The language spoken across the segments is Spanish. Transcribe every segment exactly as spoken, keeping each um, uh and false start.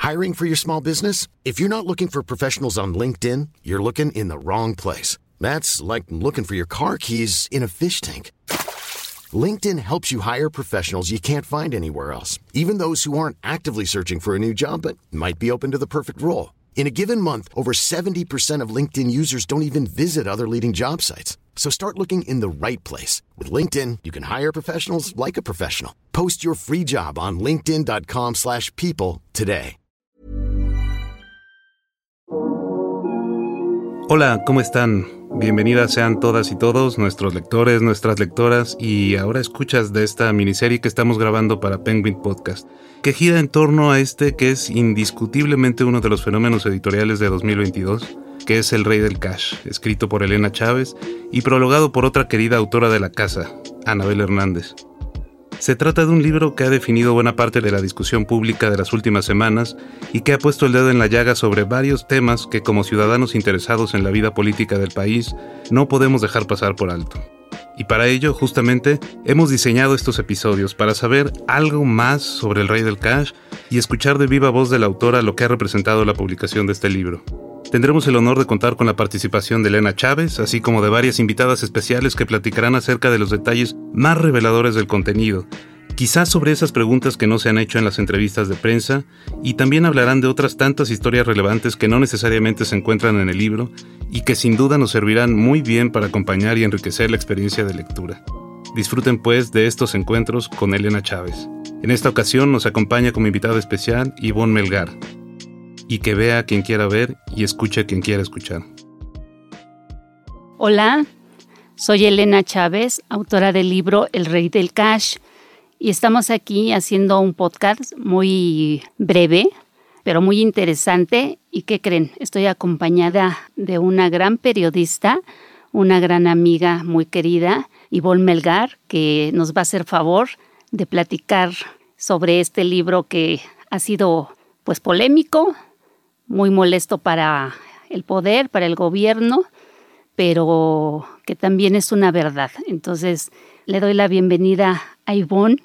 Hiring for your small business? If you're not looking for professionals on LinkedIn, you're looking in the wrong place. That's like looking for your car keys in a fish tank. LinkedIn helps you hire professionals you can't find anywhere else, even those who aren't actively searching for a new job but might be open to the perfect role. In a given month, over seventy percent of LinkedIn users don't even visit other leading job sites. So start looking in the right place. With LinkedIn, you can hire professionals like a professional. Post your free job on linkedin.com slash people today. Hola, ¿cómo están? Bienvenidas sean todas y todos, nuestros lectores, nuestras lectoras y ahora escuchas de esta miniserie que estamos grabando para Penguin Podcast, que gira en torno a este que es indiscutiblemente uno de los fenómenos editoriales de dos mil veintidós, que es El Rey del Cash, escrito por Elena Chávez y prologado por otra querida autora de la casa, Anabel Hernández. Se trata de un libro que ha definido buena parte de la discusión pública de las últimas semanas y que ha puesto el dedo en la llaga sobre varios temas que como ciudadanos interesados en la vida política del país no podemos dejar pasar por alto. Y para ello, justamente, hemos diseñado estos episodios para saber algo más sobre El Rey del Cash y escuchar de viva voz de la autora lo que ha representado la publicación de este libro. Tendremos el honor de contar con la participación de Elena Chávez, así como de varias invitadas especiales que platicarán acerca de los detalles más reveladores del contenido, quizás sobre esas preguntas que no se han hecho en las entrevistas de prensa, y también hablarán de otras tantas historias relevantes que no necesariamente se encuentran en el libro y que sin duda nos servirán muy bien para acompañar y enriquecer la experiencia de lectura. Disfruten pues de estos encuentros con Elena Chávez. En esta ocasión nos acompaña como invitada especial Ivonne Melgar. Y que vea quien quiera ver y escuche quien quiera escuchar. Hola, soy Elena Chávez, autora del libro El Rey del Cash, y estamos aquí haciendo un podcast muy breve, pero muy interesante. ¿Y qué creen? Estoy acompañada de una gran periodista, una gran amiga muy querida, Ivonne Melgar, que nos va a hacer favor de platicar sobre este libro que ha sido pues polémico, muy molesto para el poder, para el gobierno, pero que también es una verdad. Entonces, le doy la bienvenida a Ivonne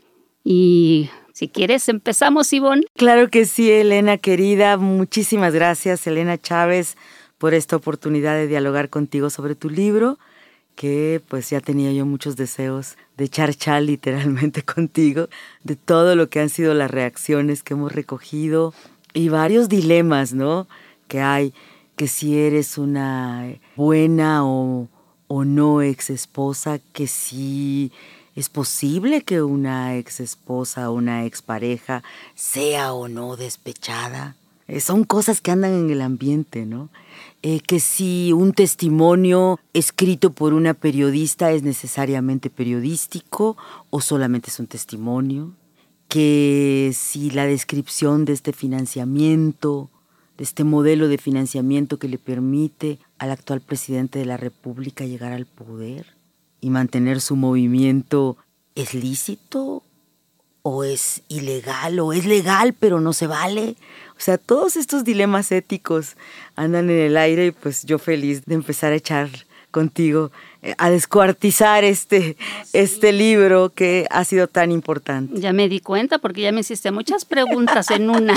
y si quieres, empezamos, Ivonne. Claro que sí, Elena, querida. Muchísimas gracias, Elena Chávez, por esta oportunidad de dialogar contigo sobre tu libro, que pues ya tenía yo muchos deseos de echar chal literalmente contigo, de todo lo que han sido las reacciones que hemos recogido, y varios dilemas, ¿no?, que hay, que si eres una buena o, o no ex esposa, que si es posible que una ex esposa o una expareja sea o no despechada. Eh, son cosas que andan en el ambiente, ¿no? Eh, que si un testimonio escrito por una periodista es necesariamente periodístico o solamente es un testimonio. Que si la descripción de este financiamiento, de este modelo de financiamiento que le permite al actual presidente de la República llegar al poder y mantener su movimiento, ¿es lícito o es ilegal o es legal pero no se vale? O sea, todos estos dilemas éticos andan en el aire y pues yo feliz de empezar a echar contigo, a descuartizar este, sí. este libro que ha sido tan importante. Ya me di cuenta porque ya me hiciste muchas preguntas en una.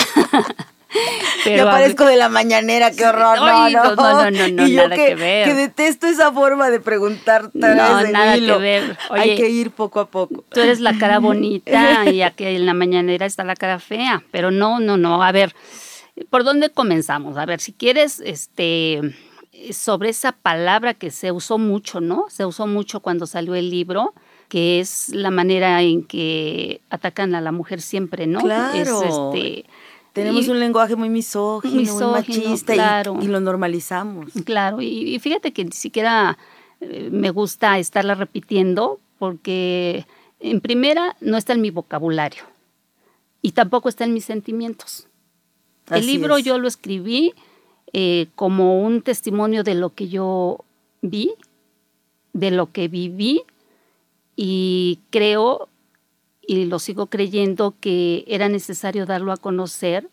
Pero yo parezco de la mañanera, qué horror. Ay, no, no, no, no, no, no, y yo nada que, que ver. que detesto esa forma de preguntar tan No, en nada hilo. que ver. Oye, hay que ir poco a poco. Tú eres la cara bonita y aquí en la mañanera está la cara fea, pero no, no, no. A ver, ¿por dónde comenzamos? A ver, si quieres, este... sobre esa palabra que se usó mucho, ¿no? Se usó mucho cuando salió el libro, que es la manera en que atacan a la mujer siempre, ¿no? Claro. Es, este, Tenemos y, un lenguaje muy misógino, misógino muy machista, claro, y, y lo normalizamos. Claro, y, y fíjate que ni siquiera eh, me gusta estarla repitiendo porque en primera no está en mi vocabulario y tampoco está en mis sentimientos. Así el libro es. Yo lo escribí Eh, como un testimonio de lo que yo vi, de lo que viví, y creo, y lo sigo creyendo, que era necesario darlo a conocer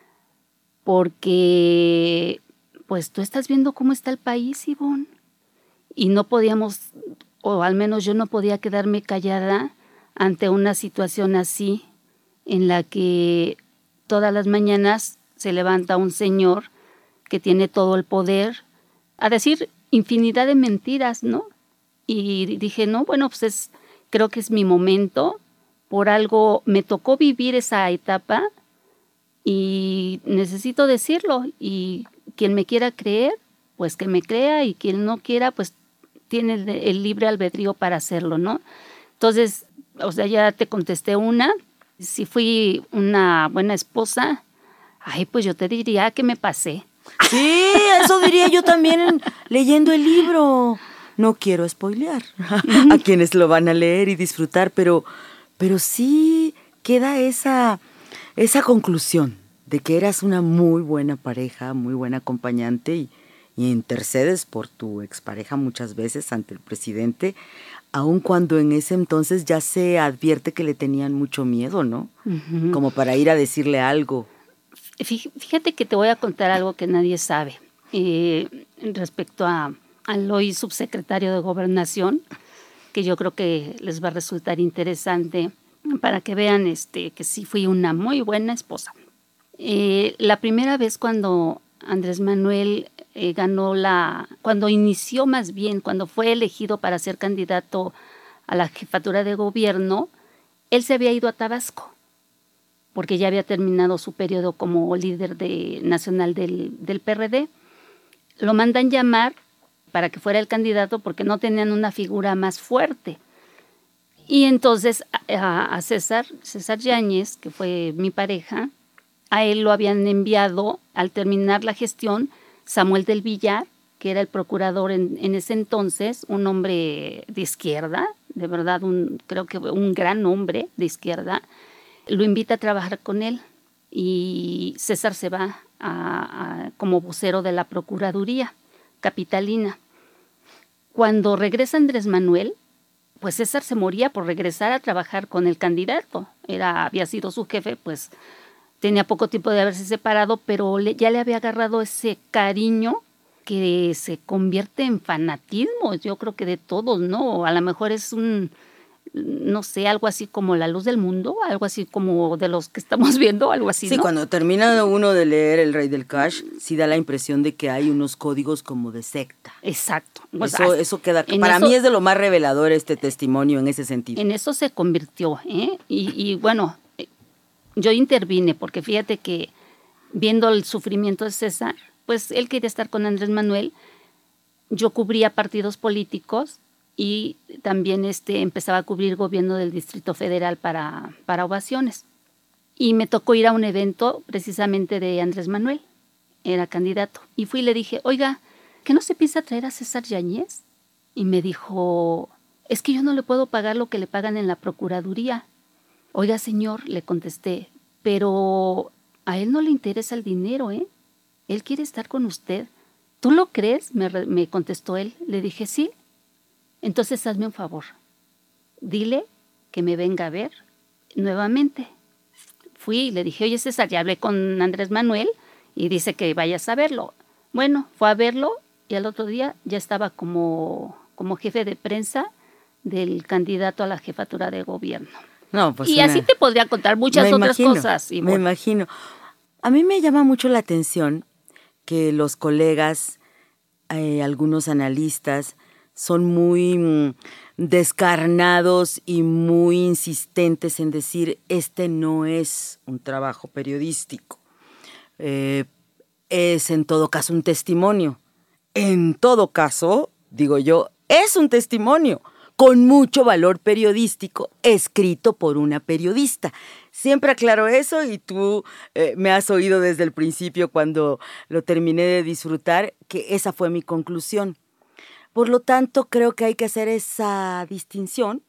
porque pues tú estás viendo cómo está el país, Ivonne, y no podíamos, o al menos yo no podía quedarme callada ante una situación así en la que todas las mañanas se levanta un señor que tiene todo el poder a decir infinidad de mentiras, ¿no? Y dije, no, bueno, pues es, creo que es mi momento, por algo me tocó vivir esa etapa y necesito decirlo, y quien me quiera creer, pues que me crea, y quien no quiera, pues tiene el, el libre albedrío para hacerlo, ¿no? Entonces, o sea, ya te contesté una, si fui una buena esposa, ay, pues yo te diría que me pasé. Sí, eso diría yo también leyendo el libro. No quiero spoilear a quienes lo van a leer y disfrutar, pero, pero sí queda esa, esa conclusión de que eras una muy buena pareja, muy buena acompañante y, y intercedes por tu expareja muchas veces ante el presidente, aun cuando en ese entonces ya se advierte que le tenían mucho miedo, ¿no? Uh-huh. Como para ir a decirle algo. Fíjate que te voy a contar algo que nadie sabe eh, respecto a, al hoy subsecretario de Gobernación, que yo creo que les va a resultar interesante para que vean este, que sí fui una muy buena esposa. Eh, la primera vez cuando Andrés Manuel eh, ganó la, cuando inició más bien, cuando fue elegido para ser candidato a la jefatura de gobierno, él se había ido a Tabasco, porque ya había terminado su periodo como líder de, nacional del, del P R D. Lo mandan llamar para que fuera el candidato porque no tenían una figura más fuerte. Y entonces a, a César, César Yáñez, que fue mi pareja, a él lo habían enviado al terminar la gestión Samuel del Villar, que era el procurador en, en ese entonces, un hombre de izquierda, de verdad, un, creo que un gran hombre de izquierda. Lo invita a trabajar con él y César se va a, a, como vocero de la Procuraduría Capitalina. Cuando regresa Andrés Manuel, pues César se moría por regresar a trabajar con el candidato. Era, había sido su jefe, pues tenía poco tiempo de haberse separado, pero le, ya le había agarrado ese cariño que se convierte en fanatismo, yo creo que de todos, ¿no? A lo mejor es un... no sé, algo así como La Luz del Mundo, algo así como de los que estamos viendo, algo así, sí, ¿no? Cuando termina uno de leer El Rey del Cash, sí da la impresión de que hay unos códigos como de secta. Exacto. Pues eso, eso queda, para eso, mí es de lo más revelador este testimonio en ese sentido. En eso se convirtió, ¿eh? Y, y bueno, yo intervine porque fíjate que viendo el sufrimiento de César, pues él quería estar con Andrés Manuel, yo cubría partidos políticos y también este, empezaba a cubrir gobierno del Distrito Federal para, para ovaciones. Y me tocó ir a un evento precisamente de Andrés Manuel, era candidato. Y fui y le dije, oiga, ¿qué no se piensa traer a César Yáñez? Y me dijo, es que yo no le puedo pagar lo que le pagan en la Procuraduría. Oiga, señor, le contesté, pero a él no le interesa el dinero, ¿eh? Él quiere estar con usted. ¿Tú lo crees? Me, me contestó él. Le dije, sí. Entonces hazme un favor, dile que me venga a ver nuevamente. Fui y le dije, oye César, ya hablé con Andrés Manuel y dice que vayas a verlo. Bueno, fue a verlo y al otro día ya estaba como, como jefe de prensa del candidato a la jefatura de gobierno. No, pues y una... así te podría contar muchas me otras imagino, cosas. Y me bueno. imagino. A mí me llama mucho la atención que los colegas, eh, algunos analistas, son muy mm, descarnados y muy insistentes en decir, este no es un trabajo periodístico. Eh, es en todo caso un testimonio. En todo caso, digo yo, es un testimonio con mucho valor periodístico, escrito por una periodista. Siempre aclaro eso y tú eh, me has oído desde el principio cuando lo terminé de disfrutar, que esa fue mi conclusión. Por lo tanto, creo que hay que hacer esa distinción,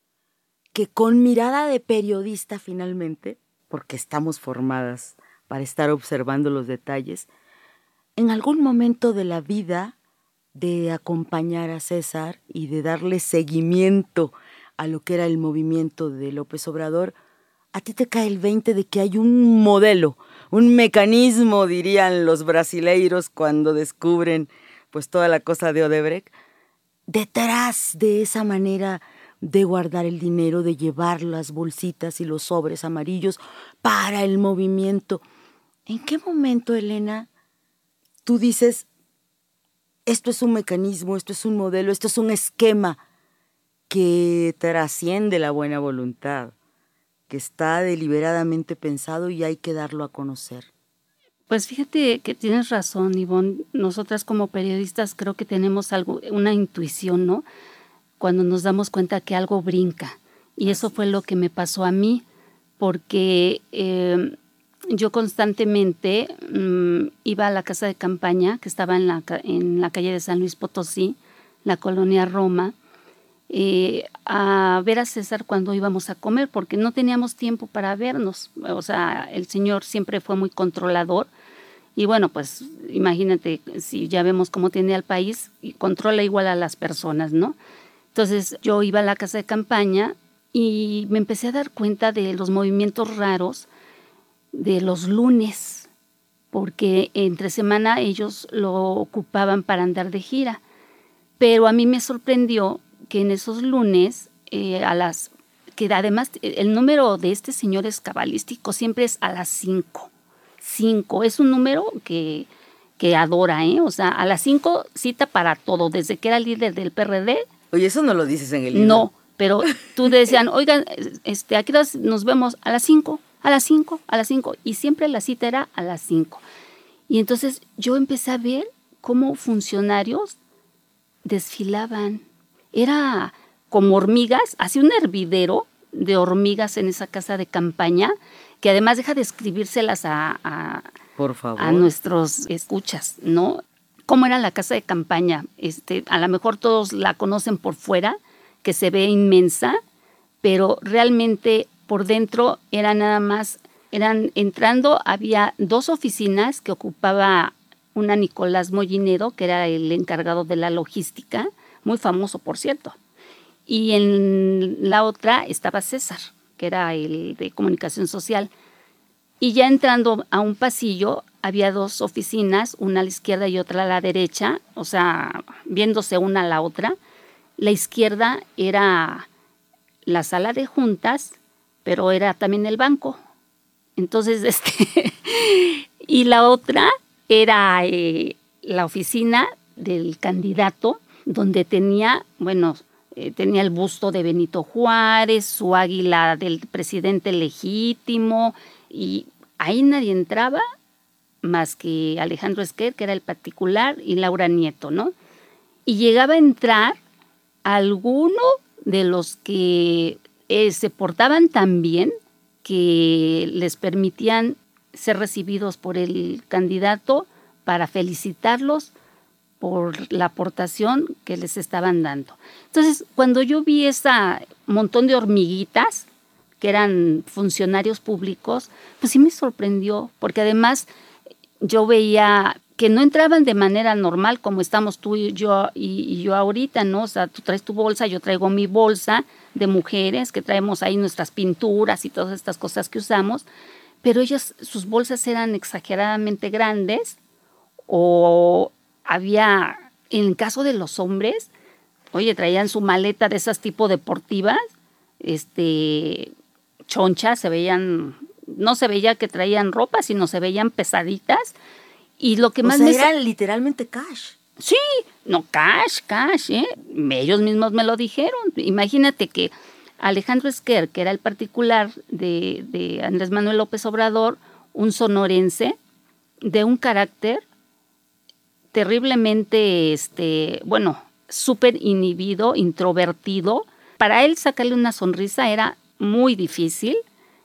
que con mirada de periodista finalmente, porque estamos formadas para estar observando los detalles, en algún momento de la vida de acompañar a César y de darle seguimiento a lo que era el movimiento de López Obrador, a ti te cae el veinte de que hay un modelo, un mecanismo, dirían los brasileiros cuando descubren pues toda la cosa de Odebrecht, detrás de esa manera de guardar el dinero, de llevar las bolsitas y los sobres amarillos para el movimiento. ¿En qué momento, Elena, tú dices, esto es un mecanismo, esto es un modelo, esto es un esquema que trasciende la buena voluntad, que está deliberadamente pensado y hay que darlo a conocer? Pues fíjate que tienes razón, Ivonne. Nosotras como periodistas creo que tenemos algo, una intuición, ¿no? Cuando nos damos cuenta que algo brinca. Y eso fue lo que me pasó a mí, porque eh, yo constantemente mmm, iba a la casa de campaña, que estaba en la, en la calle de San Luis Potosí, la colonia Roma, eh, a ver a César cuando íbamos a comer, porque no teníamos tiempo para vernos. O sea, el señor siempre fue muy controlador. Y bueno, pues imagínate, si ya vemos cómo tiene al país, y controla igual a las personas, ¿no? Entonces yo iba a la casa de campaña y me empecé a dar cuenta de los movimientos raros de los lunes, porque entre semana ellos lo ocupaban para andar de gira. Pero a mí me sorprendió que en esos lunes, eh, a las que además el número de este señor es cabalístico, siempre es a las cinco. Cinco, es un número que, que adora, ¿eh? O sea, a las cinco cita para todo, desde que era líder del P R D. Oye, eso no lo dices en el libro. No, pero tú decían, oigan, este, ¿a qué hora nos vemos? A las cinco, a las cinco, a las cinco. Y siempre la cita era a las cinco. Y entonces yo empecé a ver cómo funcionarios desfilaban. Era como hormigas, hacía un hervidero de hormigas en esa casa de campaña, que además deja de escribírselas a, a, Por favor. a nuestros escuchas, ¿no? ¿Cómo era la casa de campaña? Este, a lo mejor todos la conocen por fuera, que se ve inmensa, pero realmente por dentro era nada más, eran entrando, había dos oficinas que ocupaba una Nicolás Mollinedo, que era el encargado de la logística, muy famoso por cierto, y en la otra estaba César, que era el de comunicación social. Y ya entrando a un pasillo, había dos oficinas, una a la izquierda y otra a la derecha, o sea, viéndose una a la otra. La izquierda era la sala de juntas, pero era también el banco. Entonces, este, y la otra era eh, la oficina del candidato, donde tenía, bueno, Eh, tenía el busto de Benito Juárez, su águila del presidente legítimo, y ahí nadie entraba más que Alejandro Esquer, que era el particular, y Laura Nieto, ¿no? Y llegaba a entrar alguno de los que eh, se portaban tan bien que les permitían ser recibidos por el candidato para felicitarlos por la aportación que les estaban dando. Entonces, cuando yo vi ese montón de hormiguitas, que eran funcionarios públicos, pues sí me sorprendió, porque además yo veía que no entraban de manera normal como estamos tú y yo, y, y yo ahorita, ¿no? O sea, tú traes tu bolsa, yo traigo mi bolsa de mujeres, que traemos ahí nuestras pinturas y todas estas cosas que usamos, pero ellas, sus bolsas eran exageradamente grandes, o había, en el caso de los hombres, oye, traían su maleta de esas tipo deportivas, este, chonchas, se veían, no se veía que traían ropa, sino se veían pesaditas. Y lo que o más sea, me era literalmente cash. Sí, no, cash, cash, ¿eh? Ellos mismos me lo dijeron. Imagínate que Alejandro Esquer, que era el particular de, de Andrés Manuel López Obrador, un sonorense, de un carácter terriblemente, este, bueno, súper inhibido, introvertido. Para él sacarle una sonrisa era muy difícil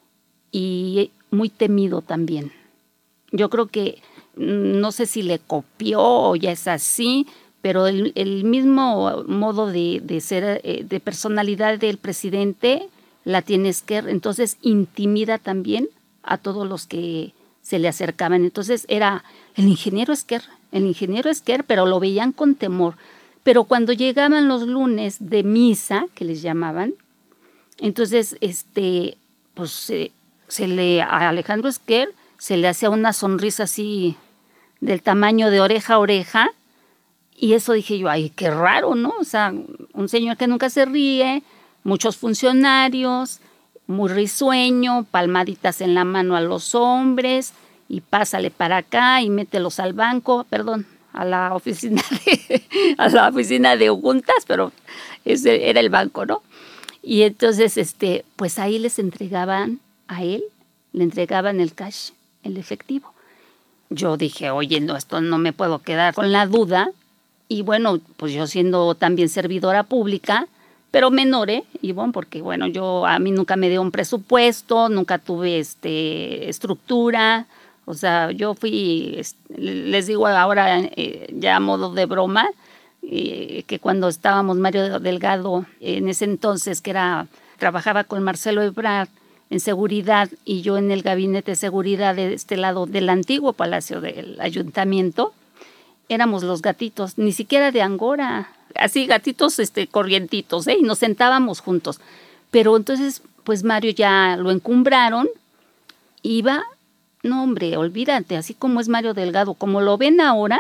y muy temido también. Yo creo que, no sé si le copió o ya es así, pero el, el mismo modo de, de ser, de personalidad del presidente la tiene Esquer, entonces intimida también a todos los que se le acercaban. Entonces era el ingeniero Esquer, el ingeniero Esquer, pero lo veían con temor. Pero cuando llegaban los lunes de misa, que les llamaban, entonces este, pues se, se le, a Alejandro Esquer se le hacía una sonrisa así del tamaño de oreja a oreja, y eso dije yo, ay, qué raro, ¿no? O sea, un señor que nunca se ríe, muchos funcionarios, muy risueño, palmaditas en la mano a los hombres, y pásale para acá y mételos al banco, perdón, a la oficina de, a la oficina de juntas, pero ese era el banco, ¿no? Y entonces, este, pues ahí les entregaban a él, le entregaban el cash, el efectivo. Yo dije, oye, no, esto no me puedo quedar con la duda. Y bueno, pues yo siendo también servidora pública, pero menor, ¿eh, Ivonne? Porque bueno, yo a mí nunca me dio un presupuesto, nunca tuve este estructura. O sea, yo fui, les digo ahora eh, ya a modo de broma, eh, que cuando estábamos Mario Delgado, en ese entonces que era, trabajaba con Marcelo Ebrard en seguridad y yo en el gabinete de seguridad de este lado del antiguo Palacio del Ayuntamiento, éramos los gatitos, ni siquiera de Angora, así gatitos este, corrientitos, ¿eh? Y nos sentábamos juntos. Pero entonces, pues Mario ya lo encumbraron, iba, no hombre, olvídate, así como es Mario Delgado, como lo ven ahora,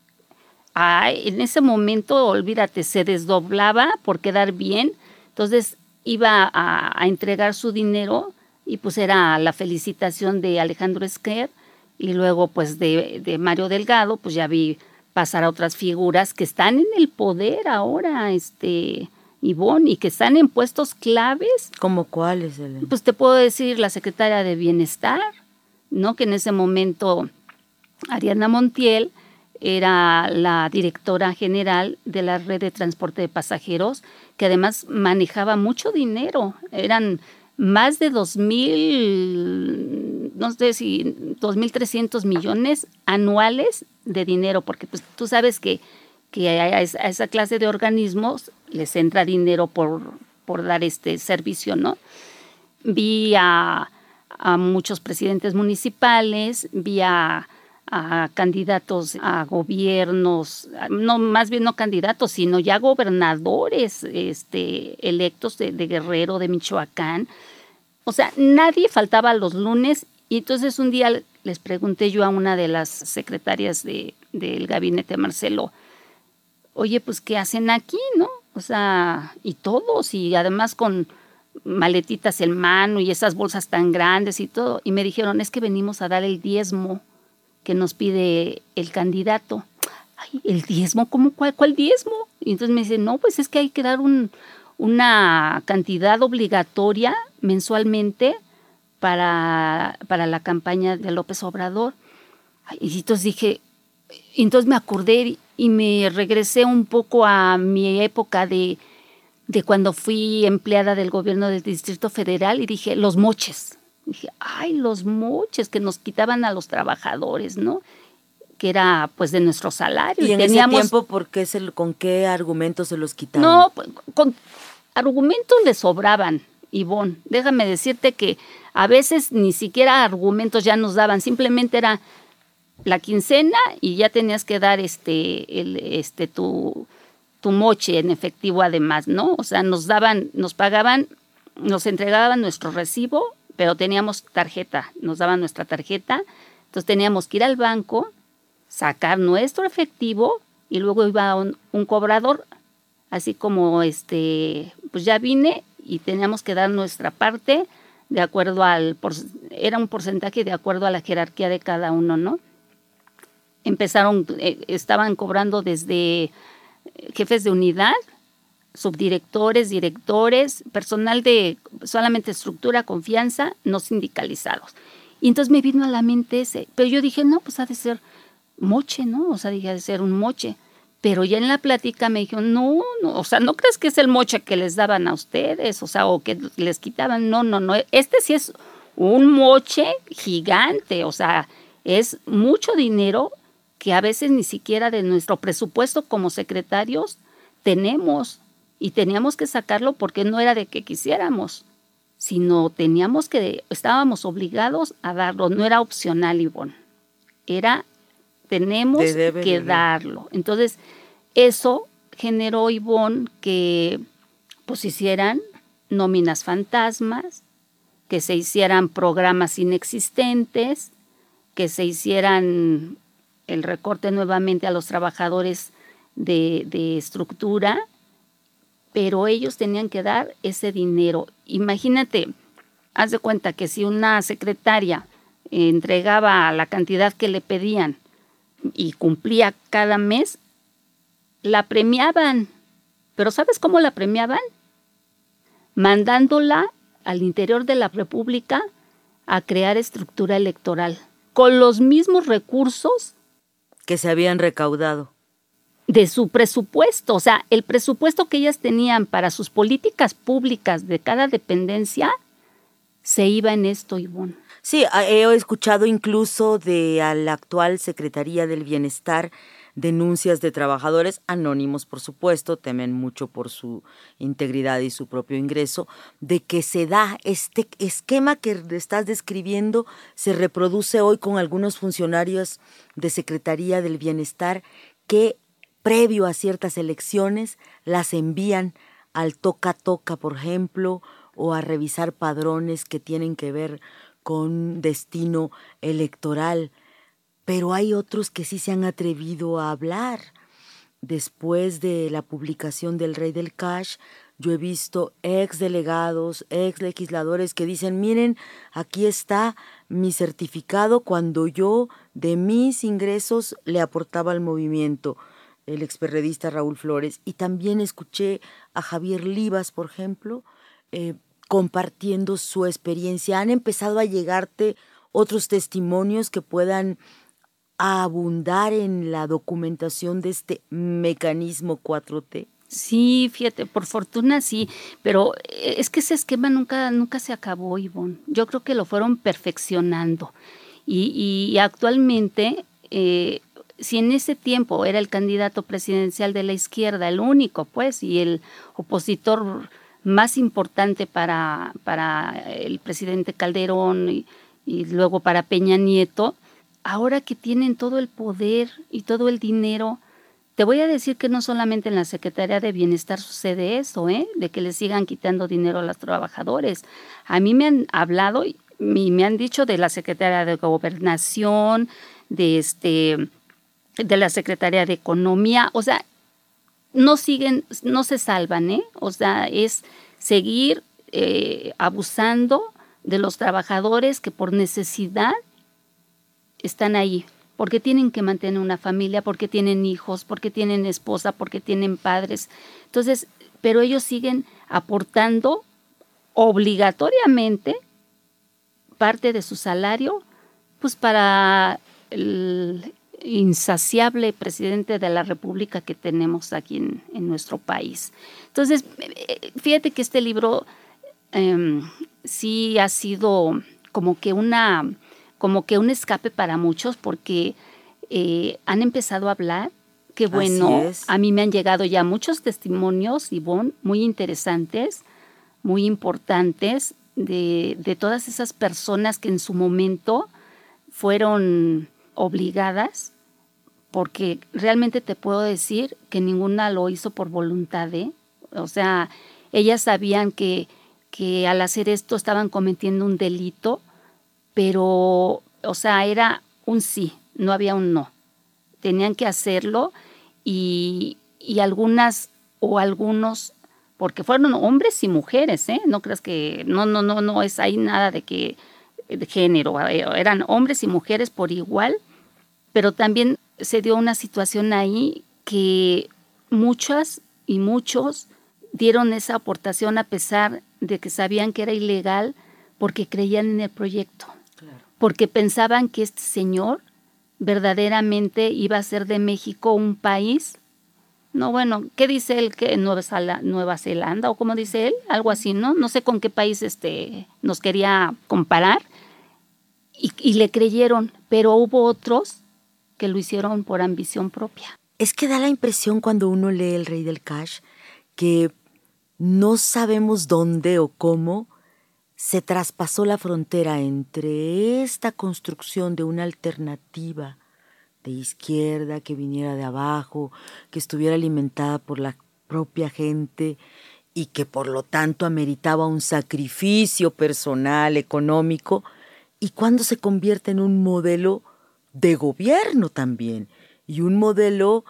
ay, en ese momento, olvídate, se desdoblaba por quedar bien, entonces iba a, a entregar su dinero y pues era la felicitación de Alejandro Esquer y luego pues de, de Mario Delgado, pues ya vi pasar a otras figuras que están en el poder ahora, este, Ivonne, y que están en puestos claves. ¿Cómo cuáles, Elena? Pues te puedo decir la secretaria de Bienestar, ¿no? Que en ese momento Ariadna Montiel era la directora general de la red de transporte de pasajeros, que además manejaba mucho dinero. Eran más de dos mil, no sé si dos mil trescientos millones anuales de dinero, porque pues tú sabes que, que a, esa, a esa clase de organismos les entra dinero por, por dar este servicio, ¿no? Vi a, a muchos presidentes municipales, vi a a candidatos a gobiernos, no, más bien no candidatos, sino ya gobernadores este, electos de, de Guerrero, de Michoacán. O sea, nadie faltaba los lunes y entonces un día les pregunté yo a una de las secretarias de, del gabinete, Marcelo, oye, pues, ¿qué hacen aquí, no? O sea, y todos, y además con maletitas en mano y esas bolsas tan grandes y todo. Y me dijeron, es que venimos a dar el diezmo que nos pide el candidato. Ay, ¿el diezmo? ¿Cómo? ¿Cuál, cuál diezmo? Y entonces me dice, no, pues es que hay que dar un, una cantidad obligatoria mensualmente para, para la campaña de López Obrador. Ay, y entonces dije, entonces me acordé y me regresé un poco a mi época de, de cuando fui empleada del gobierno del Distrito Federal y dije, los moches. Dije, ay, los moches que nos quitaban a los trabajadores, ¿no? Que era, pues, de nuestro salario. ¿Y en Teníamos, ese tiempo por qué se, con qué argumentos se los quitaban? No, con argumentos les sobraban, Ivonne. Déjame decirte que a veces ni siquiera argumentos ya nos daban. Simplemente era la quincena y ya tenías que dar este, el, este, tu, tu moche en efectivo además, ¿no? O sea, nos daban, nos pagaban, nos entregaban nuestro recibo, pero teníamos tarjeta, nos daban nuestra tarjeta, entonces teníamos que ir al banco, sacar nuestro efectivo y luego iba un, un cobrador, así como este, pues ya vine y teníamos que dar nuestra parte de acuerdo al, era un porcentaje de acuerdo a la jerarquía de cada uno, ¿no? Empezaron, eh, estaban cobrando desde jefes de unidad, subdirectores, directores, personal de solamente estructura, confianza, no sindicalizados. Y entonces me vino a la mente ese, pero yo dije, no, pues ha de ser moche, ¿no? O sea, dije, ha de ser un moche. Pero ya en la plática me dijeron, no, no, o sea, ¿no crees que es el moche que les daban a ustedes? O sea, o que les quitaban. No, no, no, este sí es un moche gigante, o sea, es mucho dinero que a veces ni siquiera de nuestro presupuesto como secretarios tenemos. Y teníamos que sacarlo porque no era de que quisiéramos, sino teníamos que, estábamos obligados a darlo, no era opcional, Ivonne. Era, tenemos que darlo. Entonces, eso generó, Ivonne, que pues hicieran nóminas fantasmas, que se hicieran programas inexistentes, que se hicieran el recorte nuevamente a los trabajadores de, de estructura, pero ellos tenían que dar ese dinero. Imagínate, haz de cuenta que si una secretaria entregaba la cantidad que le pedían y cumplía cada mes, la premiaban. ¿Pero sabes cómo la premiaban? Mandándola al interior de la República a crear estructura electoral, con los mismos recursos que se habían recaudado de su presupuesto. O sea, el presupuesto que ellas tenían para sus políticas públicas de cada dependencia se iba en esto, Ivonne. Sí, he escuchado incluso de a la actual Secretaría del Bienestar denuncias de trabajadores anónimos, por supuesto, temen mucho por su integridad y su propio ingreso, de que se da este esquema que estás describiendo, se reproduce hoy con algunos funcionarios de Secretaría del Bienestar que previo a ciertas elecciones las envían al toca-toca, por ejemplo, o a revisar padrones que tienen que ver con destino electoral. Pero hay otros que sí se han atrevido a hablar. Después de la publicación del Rey del Cash, yo he visto ex delegados, ex legisladores que dicen, miren, aquí está mi certificado cuando yo de mis ingresos le aportaba al movimiento, el experredista Raúl Flores. Y también escuché a Javier Livas, por ejemplo, eh, compartiendo su experiencia. ¿Han empezado a llegarte otros testimonios que puedan abundar en la documentación de este mecanismo cuatro T? Sí, fíjate, por fortuna sí, pero es que ese esquema nunca, nunca se acabó, Ivonne. Yo creo que lo fueron perfeccionando y, y actualmente, eh, si en ese tiempo era el candidato presidencial de la izquierda, el único, pues, y el opositor más importante para, para el presidente Calderón y, y luego para Peña Nieto, ahora que tienen todo el poder y todo el dinero, te voy a decir que no solamente en la Secretaría de Bienestar sucede eso, ¿eh? De que le sigan quitando dinero a los trabajadores. A mí me han hablado y me han dicho de la Secretaría de Gobernación, de, este, de la Secretaría de Economía, o sea, no siguen, no se salvan, ¿eh? O sea, es seguir eh, abusando de los trabajadores que por necesidad están ahí, porque tienen que mantener una familia, porque tienen hijos, porque tienen esposa, porque tienen padres. Entonces, pero ellos siguen aportando obligatoriamente parte de su salario, pues para el insaciable presidente de la República que tenemos aquí en, en nuestro país. Entonces, fíjate que este libro eh, sí ha sido como que una... como que un escape para muchos porque eh, han empezado a hablar. Qué bueno, a mí me han llegado ya muchos testimonios, Ivonne, muy interesantes, muy importantes, de, de todas esas personas que en su momento fueron obligadas, porque realmente te puedo decir que ninguna lo hizo por voluntad, ¿eh? O sea, ellas sabían que, que al hacer esto estaban cometiendo un delito, pero, o sea, era un sí, no había un no. Tenían que hacerlo y, y algunas o algunos, porque fueron hombres y mujeres, ¿eh? No creas que, no, no, no, no es ahí nada de que, de género, eran hombres y mujeres por igual, pero también se dio una situación ahí que muchas y muchos dieron esa aportación a pesar de que sabían que era ilegal porque creían en el proyecto. Claro. Porque pensaban que este señor verdaderamente iba a hacer de México un país. No, bueno, ¿qué dice él? Que Nueva, Sala, Nueva Zelanda, o como dice él, algo así, ¿no? No sé con qué país este, nos quería comparar. Y, y le creyeron, pero hubo otros que lo hicieron por ambición propia. Es que da la impresión cuando uno lee El Rey del Cash que no sabemos dónde o cómo se traspasó la frontera entre esta construcción de una alternativa de izquierda que viniera de abajo, que estuviera alimentada por la propia gente y que por lo tanto ameritaba un sacrificio personal, económico, y cuando se convierte en un modelo de gobierno también, y un modelo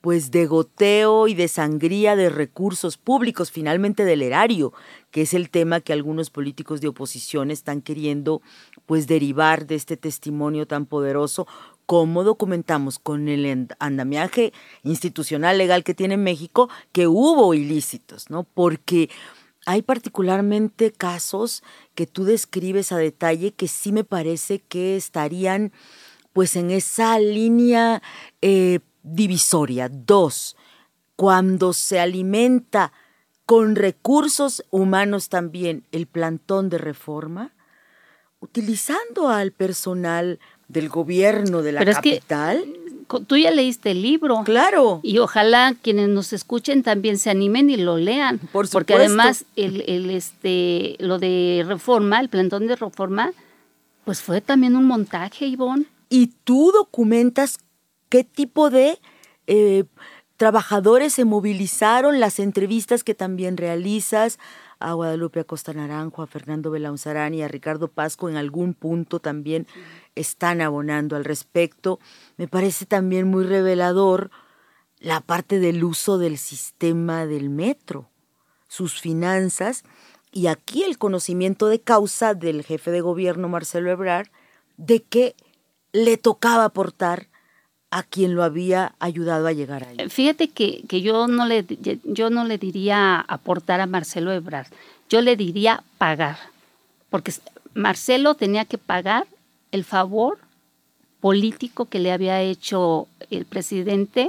pues de goteo y de sangría de recursos públicos, finalmente del erario, que es el tema que algunos políticos de oposición están queriendo pues derivar de este testimonio tan poderoso. ¿Cómo documentamos con el andamiaje institucional legal que tiene México que hubo ilícitos, ¿no? Porque hay particularmente casos que tú describes a detalle que sí me parece que estarían pues en esa línea eh, divisoria. Dos, cuando se alimenta con recursos humanos también el plantón de Reforma, utilizando al personal del gobierno de la Pero capital. Es que tú ya leíste el libro. Claro. Y ojalá quienes nos escuchen también se animen y lo lean. Por supuesto. Porque además el, el, este, lo de Reforma, el plantón de Reforma, pues fue también un montaje, Ivonne. Y tú documentas qué tipo de eh, trabajadores se movilizaron, las entrevistas que también realizas a Guadalupe Acosta Naranjo, a Fernando Belaunzarán y a Ricardo Pasco en algún punto también están abonando al respecto. Me parece también muy revelador la parte del uso del sistema del metro, sus finanzas, y aquí el conocimiento de causa del jefe de gobierno Marcelo Ebrard de que le tocaba aportar a quien lo había ayudado a llegar ahí. Fíjate que, que yo, no le, yo no le diría aportar a Marcelo Ebrard, yo le diría pagar, porque Marcelo tenía que pagar el favor político que le había hecho el presidente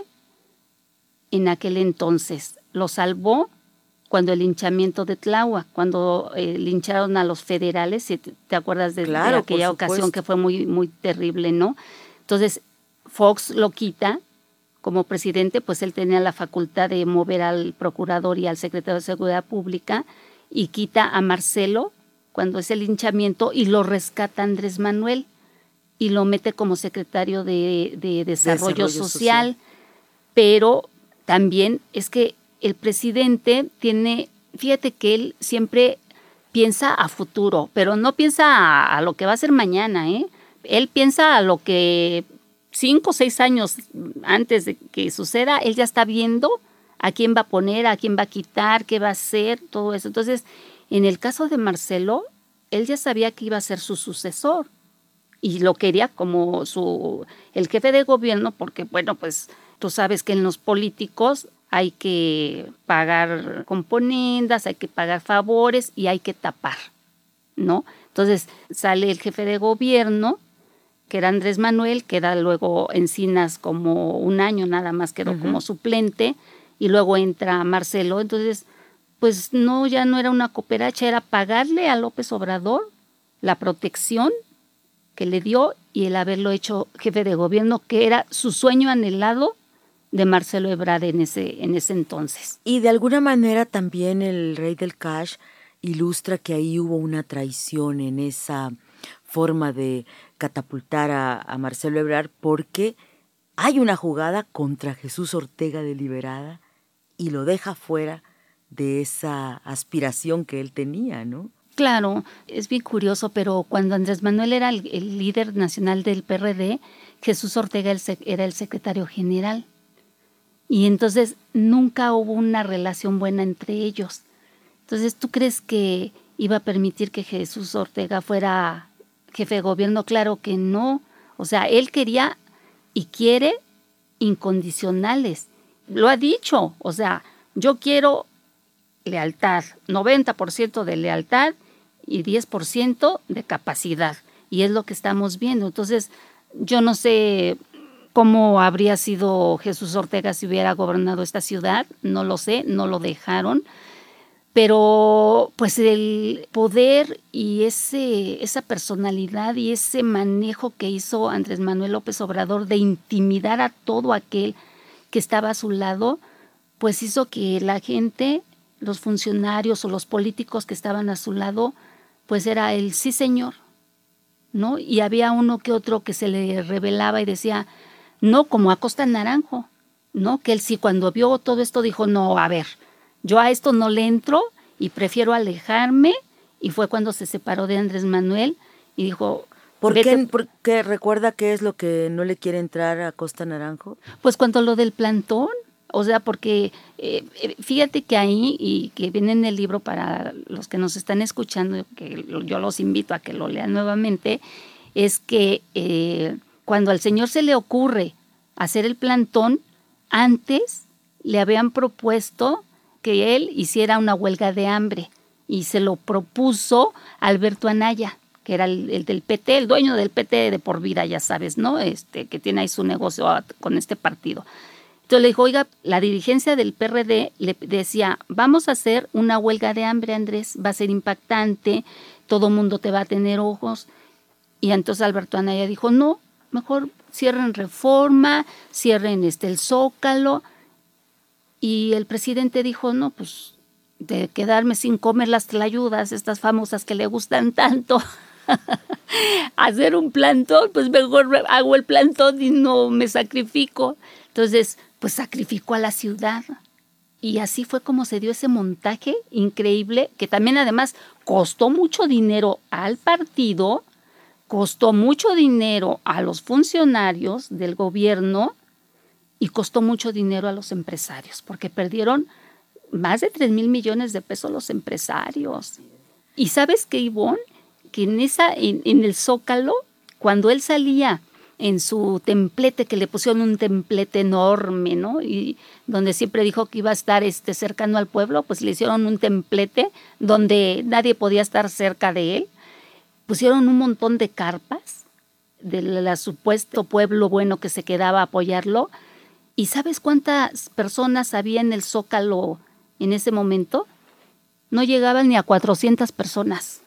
en aquel entonces. Lo salvó cuando el linchamiento de Tláhuac, cuando eh, lincharon a los federales, si te, te acuerdas de, claro, de aquella ocasión que fue muy, muy terrible, ¿no? Entonces, Fox lo quita como presidente, pues él tenía la facultad de mover al procurador y al secretario de Seguridad Pública, y quita a Marcelo cuando es el linchamiento y lo rescata Andrés Manuel y lo mete como secretario de, de Desarrollo, Desarrollo social. social. Pero también es que el presidente tiene, fíjate que él siempre piensa a futuro, pero no piensa a, a lo que va a ser mañana, ¿eh? Él piensa a lo que cinco o seis años antes de que suceda, él ya está viendo a quién va a poner, a quién va a quitar, qué va a hacer, todo eso. Entonces, en el caso de Marcelo, él ya sabía que iba a ser su sucesor y lo quería como su el jefe de gobierno, porque, bueno, pues tú sabes que en los políticos hay que pagar componendas, hay que pagar favores y hay que tapar, ¿no? Entonces sale el jefe de gobierno, que era Andrés Manuel, queda luego Encinas como un año nada más, quedó uh-huh. como suplente, y luego entra Marcelo. Entonces, pues no, ya no era una cooperacha, era pagarle a López Obrador la protección que le dio y el haberlo hecho jefe de gobierno, que era su sueño anhelado de Marcelo Ebrard en ese, en ese entonces. Y de alguna manera también el rey del cash ilustra que ahí hubo una traición en esa forma de catapultar a, a Marcelo Ebrard, porque hay una jugada contra Jesús Ortega deliberada y lo deja fuera de esa aspiración que él tenía, ¿no? Claro, es bien curioso, pero cuando Andrés Manuel era el, el líder nacional del P R D, Jesús Ortega el, era el secretario general. Y entonces nunca hubo una relación buena entre ellos. Entonces, ¿tú crees que iba a permitir que Jesús Ortega fuera jefe de gobierno? Claro que no. O sea, él quería y quiere incondicionales. Lo ha dicho. O sea, yo quiero lealtad, noventa por ciento de lealtad y diez por ciento de capacidad. Y es lo que estamos viendo. Entonces, yo no sé cómo habría sido Jesús Ortega si hubiera gobernado esta ciudad, no lo sé, no lo dejaron, pero pues el poder y ese, esa personalidad y ese manejo que hizo Andrés Manuel López Obrador de intimidar a todo aquel que estaba a su lado, pues hizo que la gente, los funcionarios o los políticos que estaban a su lado, pues era el sí señor, ¿no? Y había uno que otro que se le rebelaba y decía, no, como Acosta Naranjo, ¿no? Que él sí cuando vio todo esto dijo, no, a ver, yo a esto no le entro y prefiero alejarme, y fue cuando se separó de Andrés Manuel y dijo... ¿Por qué, ¿Por qué recuerda qué es lo que no le quiere entrar a Acosta Naranjo? Pues cuando lo del plantón, O sea, porque eh, fíjate que ahí, y que viene en el libro para los que nos están escuchando, que yo los invito a que lo lean nuevamente, es que eh, cuando al señor se le ocurre hacer el plantón, antes le habían propuesto que él hiciera una huelga de hambre y se lo propuso Alberto Anaya, que era el, el del P T, el dueño del P T de por vida, ya sabes, ¿no? Este, que tiene ahí su negocio con este partido. Entonces le dijo, oiga, la dirigencia del P R D le decía, vamos a hacer una huelga de hambre, Andrés, va a ser impactante, todo mundo te va a tener ojos. Y entonces Alberto Anaya dijo, no, mejor cierren Reforma, cierren este, el Zócalo. Y el presidente dijo, no, pues de quedarme sin comer las tlayudas, estas famosas que le gustan tanto, hacer un plantón, pues mejor hago el plantón y no me sacrifico. Entonces, pues sacrificó a la ciudad. Y así fue como se dio ese montaje increíble, que también además costó mucho dinero al partido, costó mucho dinero a los funcionarios del gobierno y costó mucho dinero a los empresarios, porque perdieron más de tres mil millones de pesos los empresarios. Y ¿sabes qué, Ivonne? Que en, esa, en, en el Zócalo, cuando él salía en su templete, que le pusieron un templete enorme, ¿no? Y donde siempre dijo que iba a estar este, cercano al pueblo, pues le hicieron un templete donde nadie podía estar cerca de él. Pusieron un montón de carpas del supuesto pueblo bueno que se quedaba a apoyarlo. ¿Y sabes cuántas personas había en el Zócalo en ese momento? No llegaban ni a cuatrocientas personas.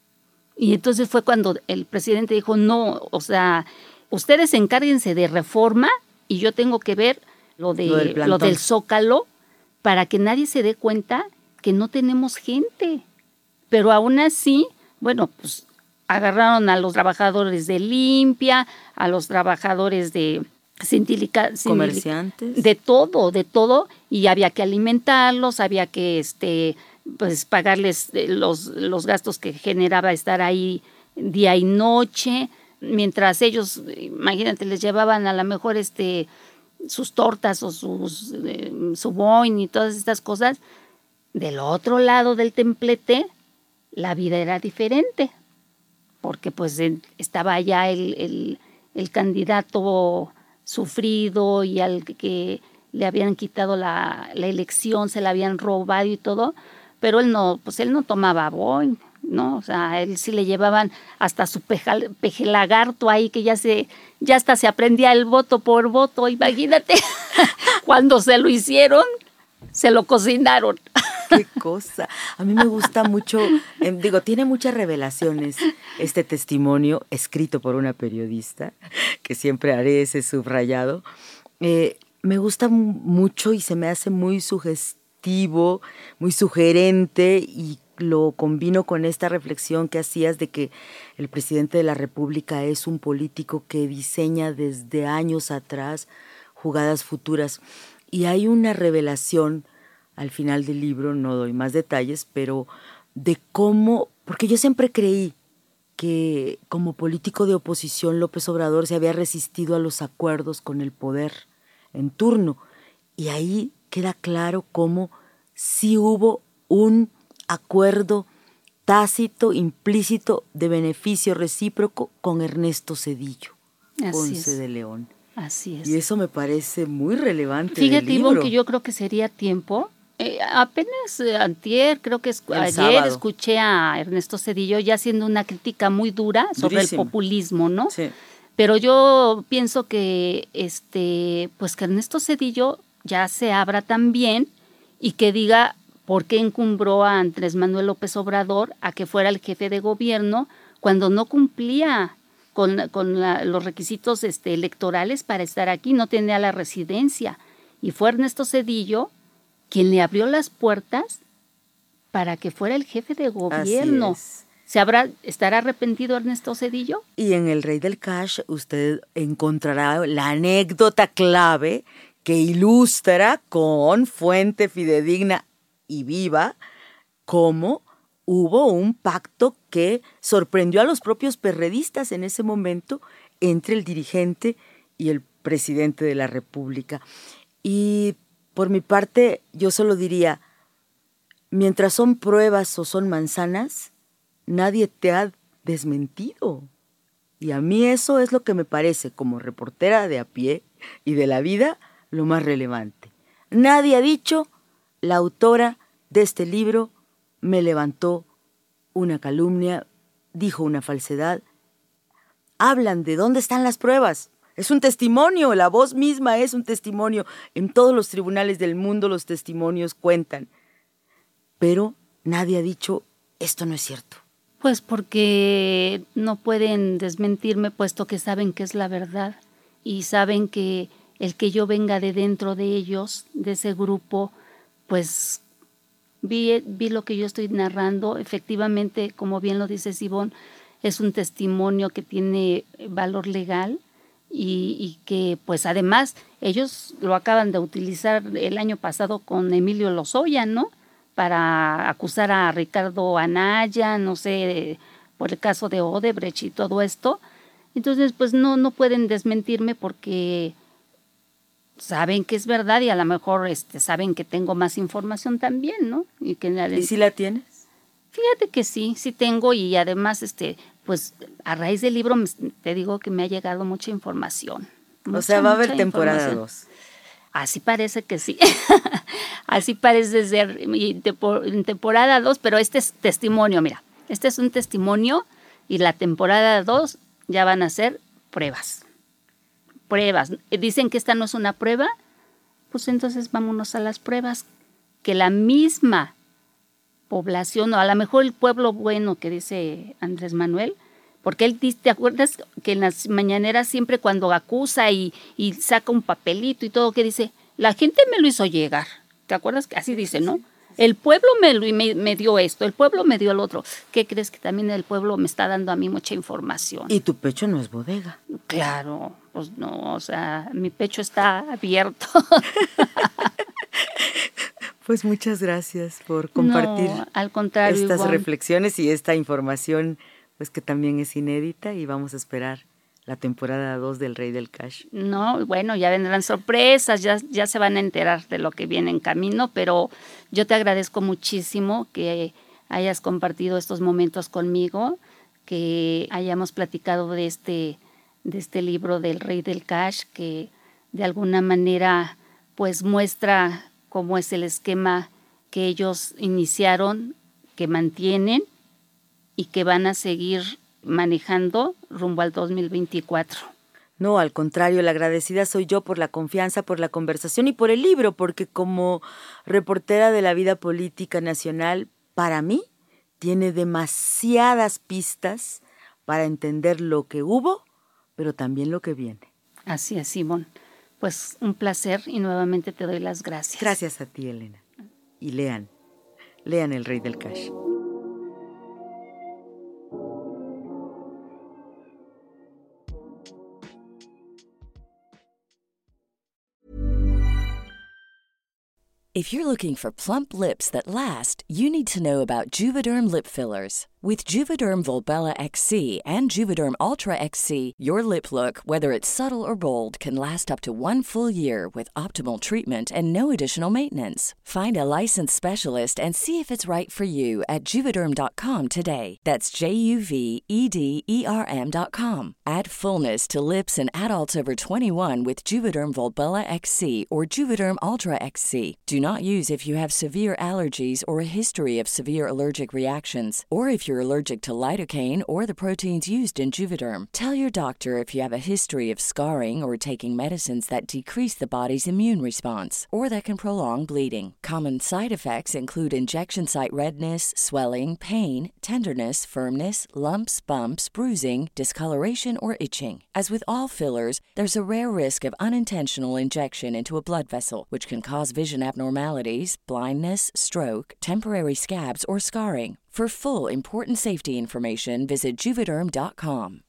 Y entonces fue cuando el presidente dijo, no, o sea, ustedes encárguense de Reforma y yo tengo que ver lo, de, lo, del lo del Zócalo para que nadie se dé cuenta que no tenemos gente. Pero aún así, bueno, pues agarraron a los trabajadores de Limpia, a los trabajadores de Sindica, comerciantes, de todo, de todo, y había que alimentarlos, había que este, pues pagarles los, los gastos que generaba estar ahí día y noche, mientras ellos, imagínate, les llevaban a lo mejor este, sus tortas o sus, eh, su boing y todas estas cosas. Del otro lado del templete, la vida era diferente, porque pues estaba allá el, el, el candidato sufrido y al que le habían quitado la, la elección, se la habían robado y todo, pero él no, pues él no tomaba boing, ¿no? O sea, a él sí le llevaban hasta su pejal, pejelagarto ahí, que ya se, ya hasta se aprendía el voto por voto, imagínate, cuando se lo hicieron, se lo cocinaron. Qué cosa. A mí me gusta mucho, eh, digo, tiene muchas revelaciones este testimonio escrito por una periodista, que siempre haré ese subrayado. Eh, me gusta mucho y se me hace muy sugestivo, muy sugerente, y lo combino con esta reflexión que hacías de que el presidente de la República es un político que diseña desde años atrás jugadas futuras. Y hay una revelación al final del libro, no doy más detalles, pero de cómo, porque yo siempre creí que como político de oposición López Obrador se había resistido a los acuerdos con el poder en turno, y ahí queda claro cómo sí hubo un acuerdo tácito, implícito, de beneficio recíproco con Ernesto Zedillo, Ponce de León. Así es. Y eso me parece muy relevante. Fíjate, Ivonne, que yo creo que sería tiempo. Eh, apenas eh, antier, creo que es, ayer sábado. escuché a Ernesto Zedillo ya haciendo una crítica muy dura sobre Durísimo. el populismo, ¿no? Sí. Pero yo pienso que este, pues que Ernesto Zedillo ya se abra también y que diga por qué encumbró a Andrés Manuel López Obrador a que fuera el jefe de gobierno cuando no cumplía con, con la, los requisitos este, electorales para estar aquí, no tenía la residencia. Y fue Ernesto Zedillo quien le abrió las puertas para que fuera el jefe de gobierno. ¿Se habrá, estará arrepentido Ernesto Zedillo? Y en El Rey del Cash usted encontrará la anécdota clave que ilustra con fuente fidedigna y viva cómo hubo un pacto que sorprendió a los propios perredistas en ese momento entre el dirigente y el presidente de la República. Y Por mi parte, yo solo diría, mientras son pruebas o son manzanas, nadie te ha desmentido. Y a mí eso es lo que me parece, como reportera de a pie y de la vida, lo más relevante. Nadie ha dicho, la autora de este libro me levantó una calumnia, dijo una falsedad. Hablan de dónde están las pruebas. Es un testimonio, la voz misma es un testimonio. En todos los tribunales del mundo los testimonios cuentan. Pero nadie ha dicho, esto no es cierto. Pues porque no pueden desmentirme, puesto que saben que es la verdad y saben que el que yo venga de dentro de ellos, de ese grupo, pues vi, vi lo que yo estoy narrando. Efectivamente, como bien lo dice Ivonne, es un testimonio que tiene valor legal y, y que pues además ellos lo acaban de utilizar el año pasado con Emilio Lozoya, ¿no? Para acusar a Ricardo Anaya, no sé, por el caso de Odebrecht y todo esto. Entonces, pues no, no pueden desmentirme porque saben que es verdad y a lo mejor este, saben que tengo más información también, ¿no? Y, que, ¿Y si la tienes? Fíjate que sí, sí tengo y además, este, pues a raíz del libro te digo que me ha llegado mucha información. Mucha, o sea, va a haber temporada dos. Así parece que sí. Así parece ser en temporada dos, pero este es testimonio, mira. Este es un testimonio y la temporada dos ya van a ser pruebas. Pruebas. Dicen que esta no es una prueba, pues entonces vámonos a las pruebas. Que la misma población, o a lo mejor el pueblo bueno que dice Andrés Manuel, porque él dice, ¿te acuerdas que en las mañaneras siempre cuando acusa y, y saca un papelito y todo, que dice, la gente me lo hizo llegar? ¿Te acuerdas que así dice, no? El pueblo me, me, me dio esto, el pueblo me dio el otro. ¿Qué crees? Que también el pueblo me está dando a mí mucha información. Y tu pecho no es bodega. Claro, pues no, o sea, mi pecho está abierto. Pues muchas gracias por compartir no, al contrario, estas Ivonne. reflexiones y esta información, pues que también es inédita, y vamos a esperar la temporada dos del Rey del Cash. No, bueno, ya vendrán sorpresas, ya, ya se van a enterar de lo que viene en camino, pero yo te agradezco muchísimo que hayas compartido estos momentos conmigo, que hayamos platicado de este, de este libro del Rey del Cash, que de alguna manera pues muestra cómo es el esquema que ellos iniciaron, que mantienen y que van a seguir manejando rumbo al dos mil veinticuatro. No, al contrario, la agradecida soy yo por la confianza, por la conversación y por el libro, porque como reportera de la vida política nacional, para mí tiene demasiadas pistas para entender lo que hubo, pero también lo que viene. Así es, Ivonne. Pues un placer y nuevamente te doy las gracias. Gracias a ti, Elena. Y lean, lean El Rey del Cash. If you're looking for plump lips that last, you need to know about Juvederm lip fillers. With Juvederm Volbella X C and Juvederm Ultra X C, your lip look, whether it's subtle or bold, can last up to one full year with optimal treatment and no additional maintenance. Find a licensed specialist and see if it's right for you at Juvederm dot com today. That's J U V E D E R M dot com. Add fullness to lips in adults over twenty-one with Juvederm Volbella X C or Juvederm Ultra X C. Do not use if you have severe allergies or a history of severe allergic reactions, or if you're allergic to lidocaine or the proteins used in Juvederm. Tell your doctor if you have a history of scarring or taking medicines that decrease the body's immune response or that can prolong bleeding. Common side effects include injection site redness, swelling, pain, tenderness, firmness, lumps, bumps, bruising, discoloration, or itching. As with all fillers, there's a rare risk of unintentional injection into a blood vessel, which can cause vision abnormalities, blindness, stroke, temporary scabs, or scarring. For full important safety information, visit Juvederm dot com.